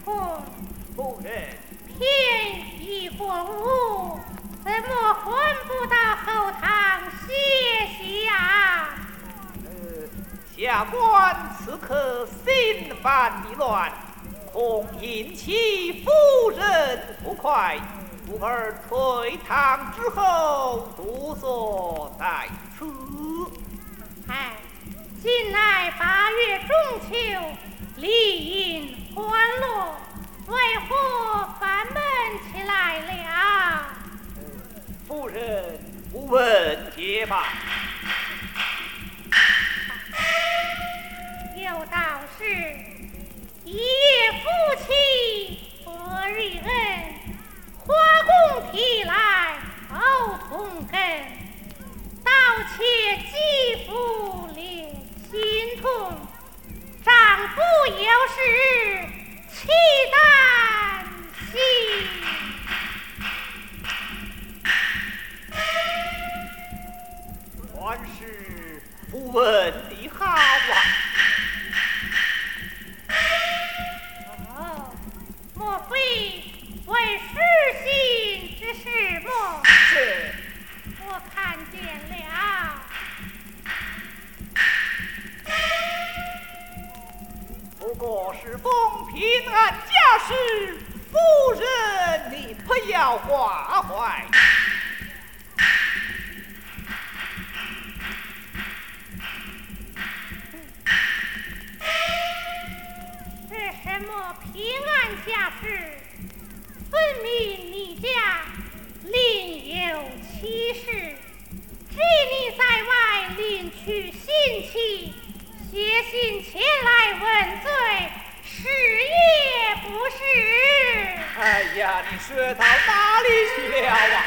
婚。 夫人， 便已婚屋，怎么混不到后堂歇下？ 下官此刻心烦意乱，恐引起夫人不快，故而退堂之后独所在此。 哎，近来8月中秋，理应欢乐，为何烦闷起来了？ 夫人不问结吧。 有道是：一夜夫妻百日恩，花共提来藕同根。盗窃肌肤连心痛，丈夫有时气担心。 原是不问的好啊。 哦，莫非为失信之事么？ 是。 我看见了。 不过是封平安家事，夫人你不要挂怀。 是什么平安家事？分明你家另有其事，知你在外另娶新妻，写信前来问罪，是也不是？ 哎呀，你说到哪里去了啊？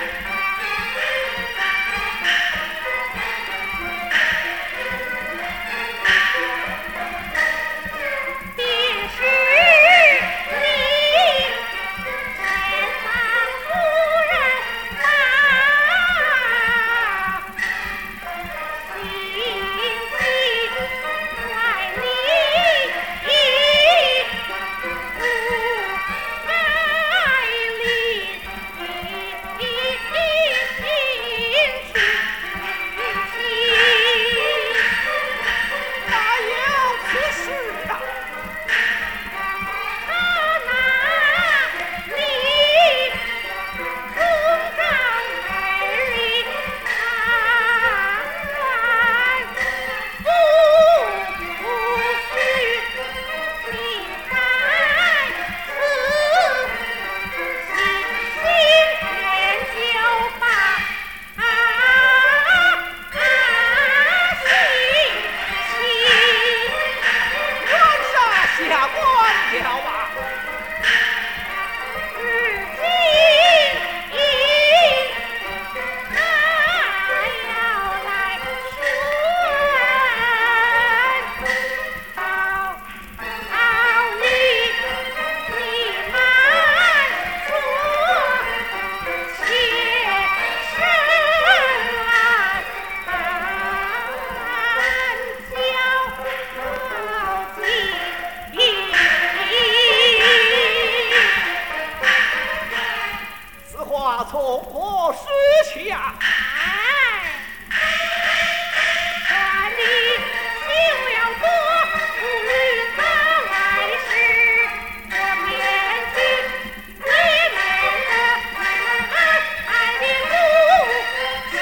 从何说起呀？ 管你休要多，不与他来时，我面具你们的爱的无情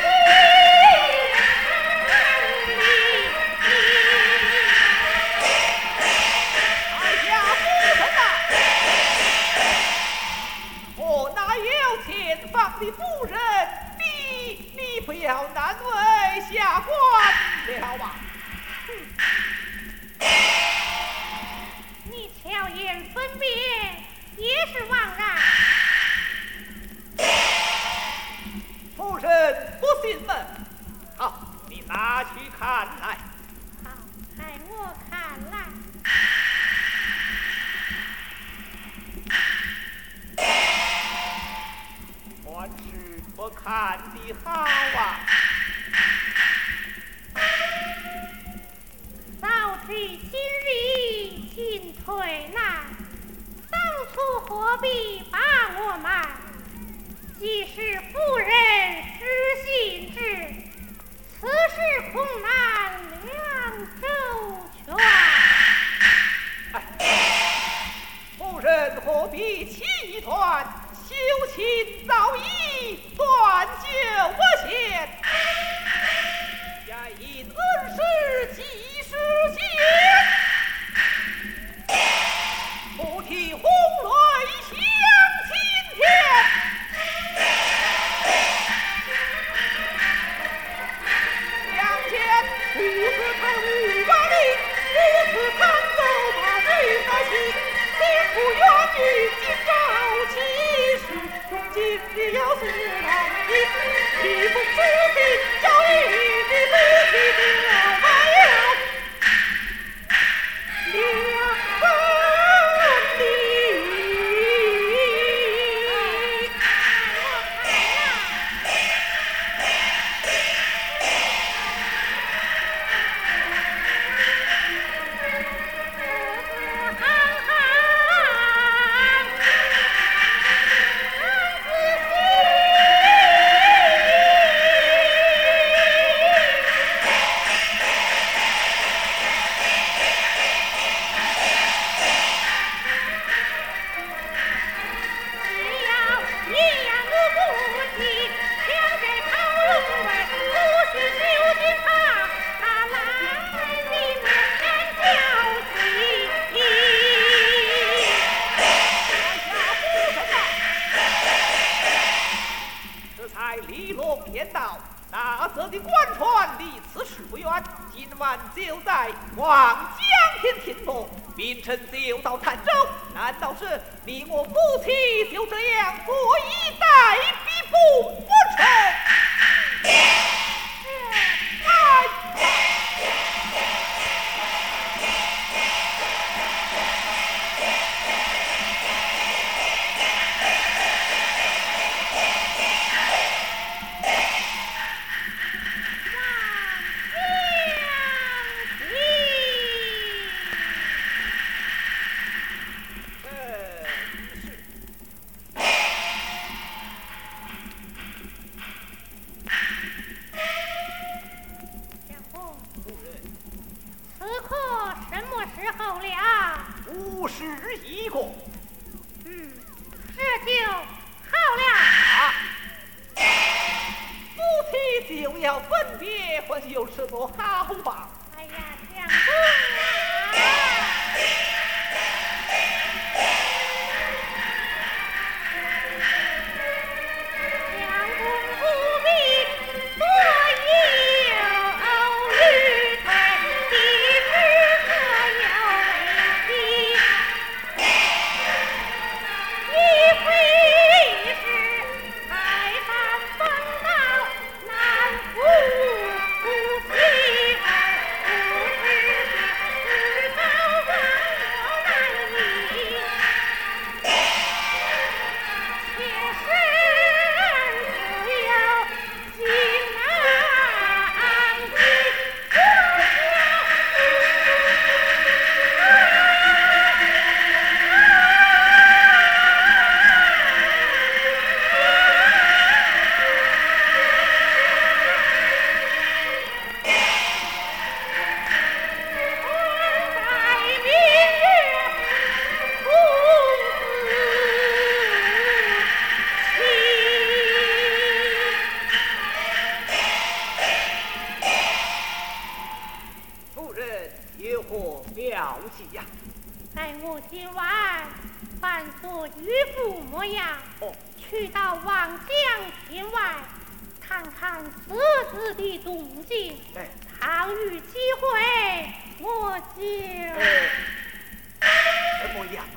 理。 哎呀，夫人呐，我哪有前方的夫人？你不要难为下官了啊！ 你巧言分别，也是枉然。 夫人不信门，好，你拿去看来。 好，派我看来。 还是不看的好啊！ 早知今日进退难，当父何必把我瞒？既是夫人失信之，此事恐难两周全。 夫人何必气团？休亲早已断酒不贤，也因恩师及时节，不提红泪相亲天。两间父子太无把力，父子看走把女百姓，先不愿与今朝起誓，从今日要诉他一替父出兵，叫一的不提掉白了两分地。大泽的官船离此事不远，今晚就在望江天停泊，明晨就到潭州。难道是你我夫妻就这样坐以待毙不成？无事一过， 这就好了。 夫妻就要分别，还有什么好吧？ 哎呀，相公啊！相公不必多忧虑，的事可有为急。一回是海上风暴难夫妻儿，不是高望我难移。且身自有心难归，待我今晚扮作渔夫模样，去到望江亭外看看此子的动静。倘遇机会，我就什么样啊？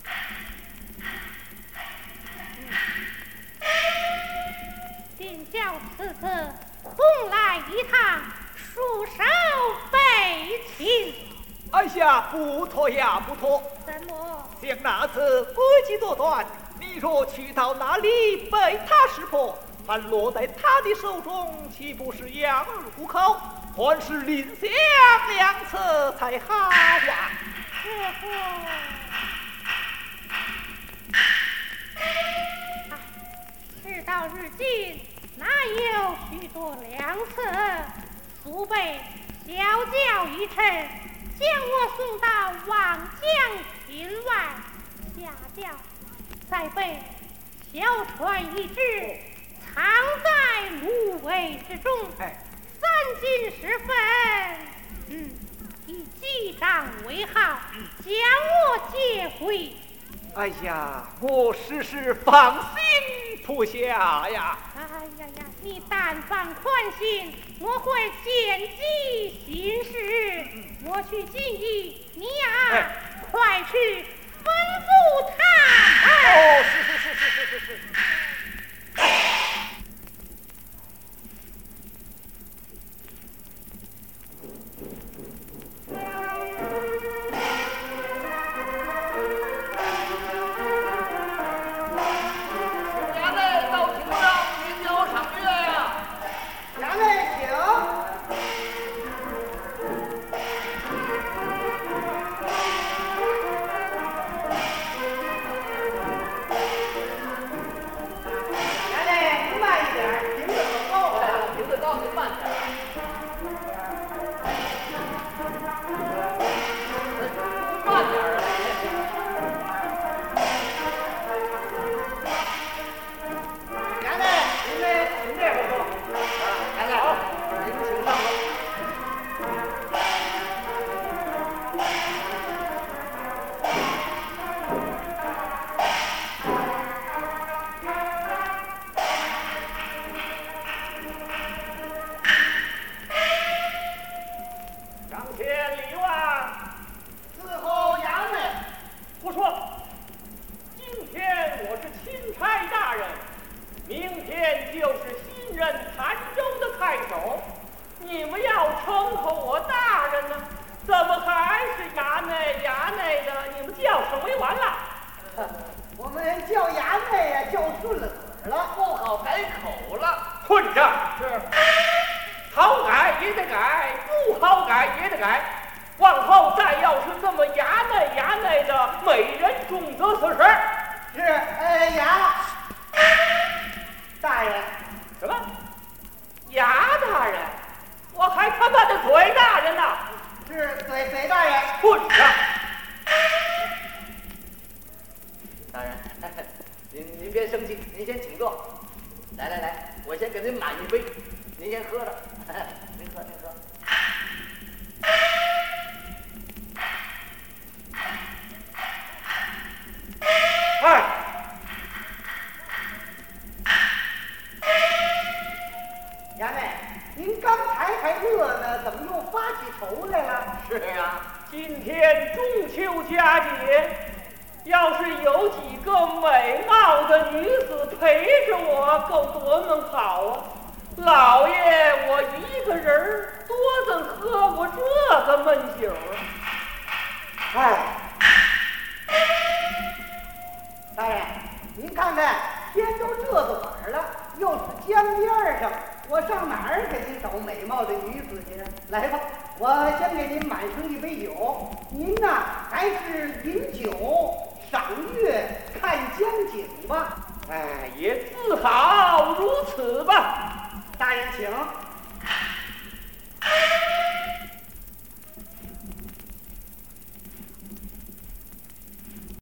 定叫此子空来一趟，束手备擒。 哎呀，不妥呀，不妥！ 怎么？ 像那次诡计多端，你若去到那里被他识破，凡落在他的手中，岂不是养儿糊口？还是另想良策才好啊！ 朝日进，哪有许多良策？速备小轿一乘，将我送到望江亭外下轿，再备小船一只，藏在芦苇之中。三更时分，以记账为号，将我接回。 哎呀，我时时放心不下呀！ 哎呀呀，你但放宽心，我会见机行事。我去尽议，你呀，快去吩咐他。 哦，是。 来吧，我先给您满上一杯酒，您呐还是饮